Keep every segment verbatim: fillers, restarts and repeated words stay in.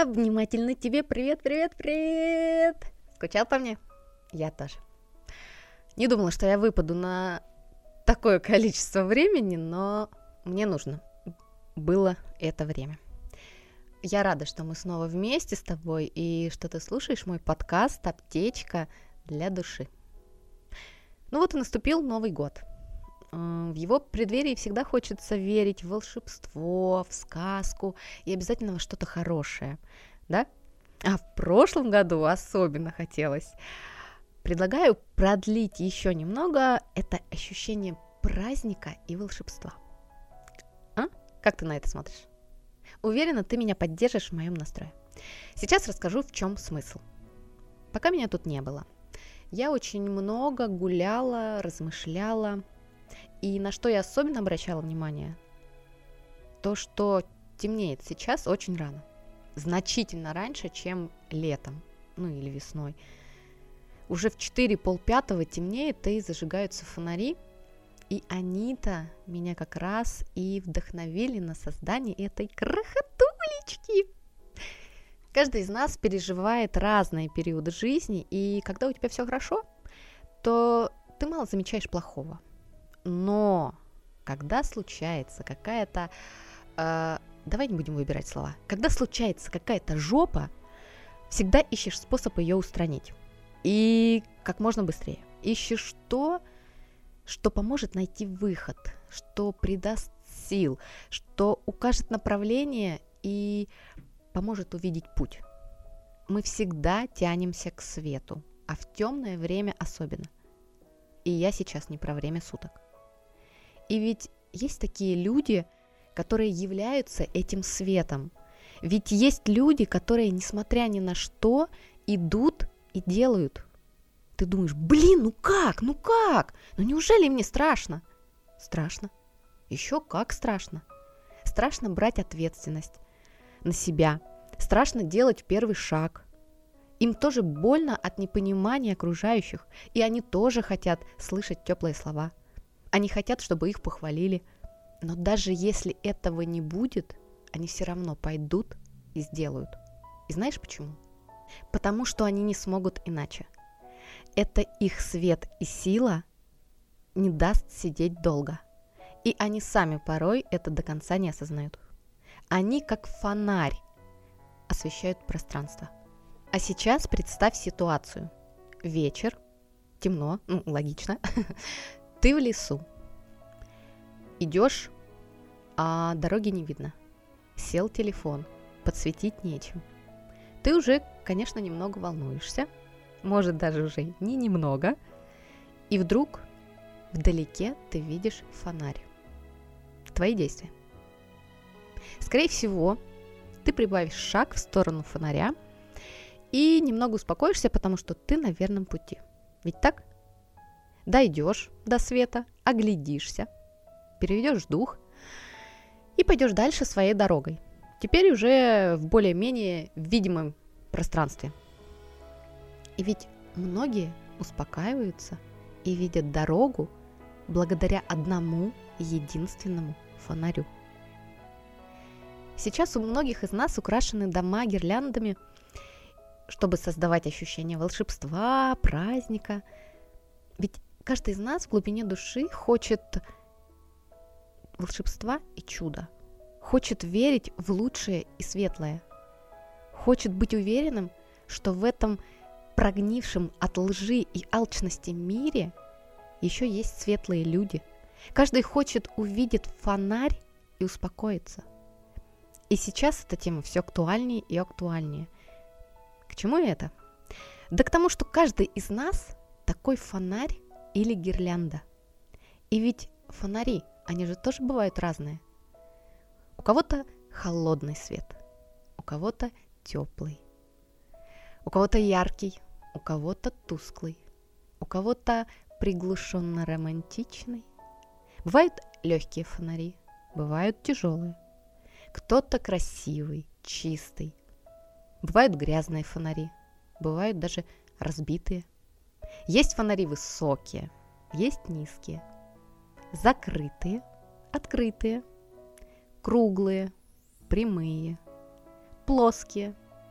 Я внимательно тебе привет, привет, привет. Скучал по мне? Я тоже. Не думала, что я выпаду на такое количество времени, но мне нужно было это время. Я рада, что мы снова вместе с тобой и что ты слушаешь мой подкаст «Аптечка для души». Ну вот и наступил Новый год. В его преддверии всегда хочется верить в волшебство, в сказку и обязательно во что-то хорошее, да? А в прошлом году особенно хотелось. Предлагаю продлить еще немного это ощущение праздника и волшебства. А? Как ты на это смотришь? Уверена, ты меня поддержишь в моем настрое. Сейчас расскажу, в чем смысл. Пока меня тут не было, я очень много гуляла, размышляла. И на что я особенно обращала внимание? То, что темнеет сейчас очень рано. Значительно раньше, чем летом, ну или весной. Уже в четыре полпятого темнеет, и зажигаются фонари. И они-то меня как раз и вдохновили на создание этой крохотулечки. Каждый из нас переживает разные периоды жизни, и когда у тебя все хорошо, то ты мало замечаешь плохого. Но когда случается какая-то... Э, давай не будем выбирать слова. Когда случается какая-то жопа, всегда ищешь способ ее устранить. И как можно быстрее. Ищешь то, что поможет найти выход, что придаст сил, что укажет направление и поможет увидеть путь. Мы всегда тянемся к свету, а в темное время особенно. И я сейчас не про время суток. И ведь есть такие люди, которые являются этим светом. Ведь есть люди, которые, несмотря ни на что, идут и делают. Ты думаешь, блин, ну как, ну как? Ну неужели мне страшно? Страшно. Еще как страшно. Страшно брать ответственность на себя. Страшно делать первый шаг. Им тоже больно от непонимания окружающих, и они тоже хотят слышать теплые слова. Они хотят, чтобы их похвалили. Но даже если этого не будет, они все равно пойдут и сделают. И знаешь почему? Потому что они не смогут иначе. Это их свет и сила не даст сидеть долго. И они сами порой это до конца не осознают. Они как фонарь освещают пространство. А сейчас представь ситуацию. Вечер, темно, ну, логично. Ты в лесу. Идешь, а дороги не видно. Сел телефон, подсветить нечем. Ты уже, конечно, немного волнуешься. Может, даже уже не немного. И вдруг вдалеке ты видишь фонарь. Твои действия. Скорее всего, ты прибавишь шаг в сторону фонаря и немного успокоишься, потому что ты на верном пути. Ведь так? Дойдешь до света, оглядишься, переведешь дух и пойдешь дальше своей дорогой. Теперь уже в более-менее видимом пространстве. И ведь многие успокаиваются и видят дорогу благодаря одному единственному фонарю. Сейчас у многих из нас украшены дома гирляндами, чтобы создавать ощущение волшебства, праздника. Ведь каждый из нас в глубине души хочет волшебства и чуда. Хочет верить в лучшее и светлое. Хочет быть уверенным, что в этом прогнившем от лжи и алчности мире еще есть светлые люди. Каждый хочет увидеть фонарь и успокоиться. И сейчас эта тема все актуальнее и актуальнее. К чему это? Да к тому, что каждый из нас такой фонарь или гирлянда. И ведь фонари, они же тоже бывают разные. У кого-то холодный свет, у кого-то теплый, у кого-то яркий, у кого-то тусклый, у кого-то приглушенно романтичный. Бывают легкие фонари, бывают тяжелые. Кто-то красивый, чистый. Бывают грязные фонари, бывают даже разбитые. Есть фонари высокие, есть низкие, закрытые, открытые, круглые, прямые, плоские,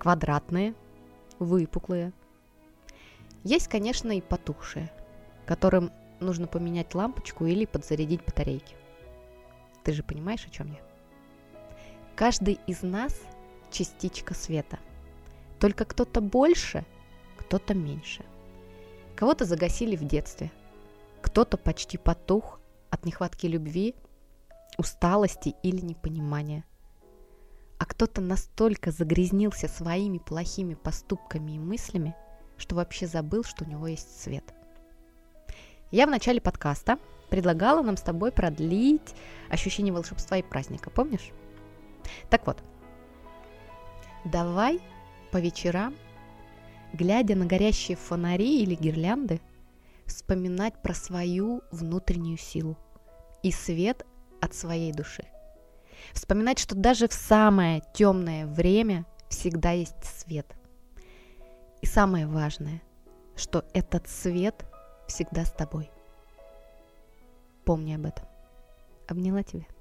квадратные, выпуклые. Есть, конечно, и потухшие, которым нужно поменять лампочку или подзарядить батарейки. Ты же понимаешь, о чем я? Каждый из нас частичка света. Только кто-то больше, кто-то меньше. Кого-то загасили в детстве, кто-то почти потух от нехватки любви, усталости или непонимания. А кто-то настолько загрязнился своими плохими поступками и мыслями, что вообще забыл, что у него есть свет. Я в начале подкаста предлагала нам с тобой продлить ощущение волшебства и праздника, помнишь? Так вот, давай по вечерам, глядя на горящие фонари или гирлянды, вспоминать про свою внутреннюю силу и свет от своей души. Вспоминать, что даже в самое темное время всегда есть свет. И самое важное, что этот свет всегда с тобой. Помни об этом. Обняла тебя.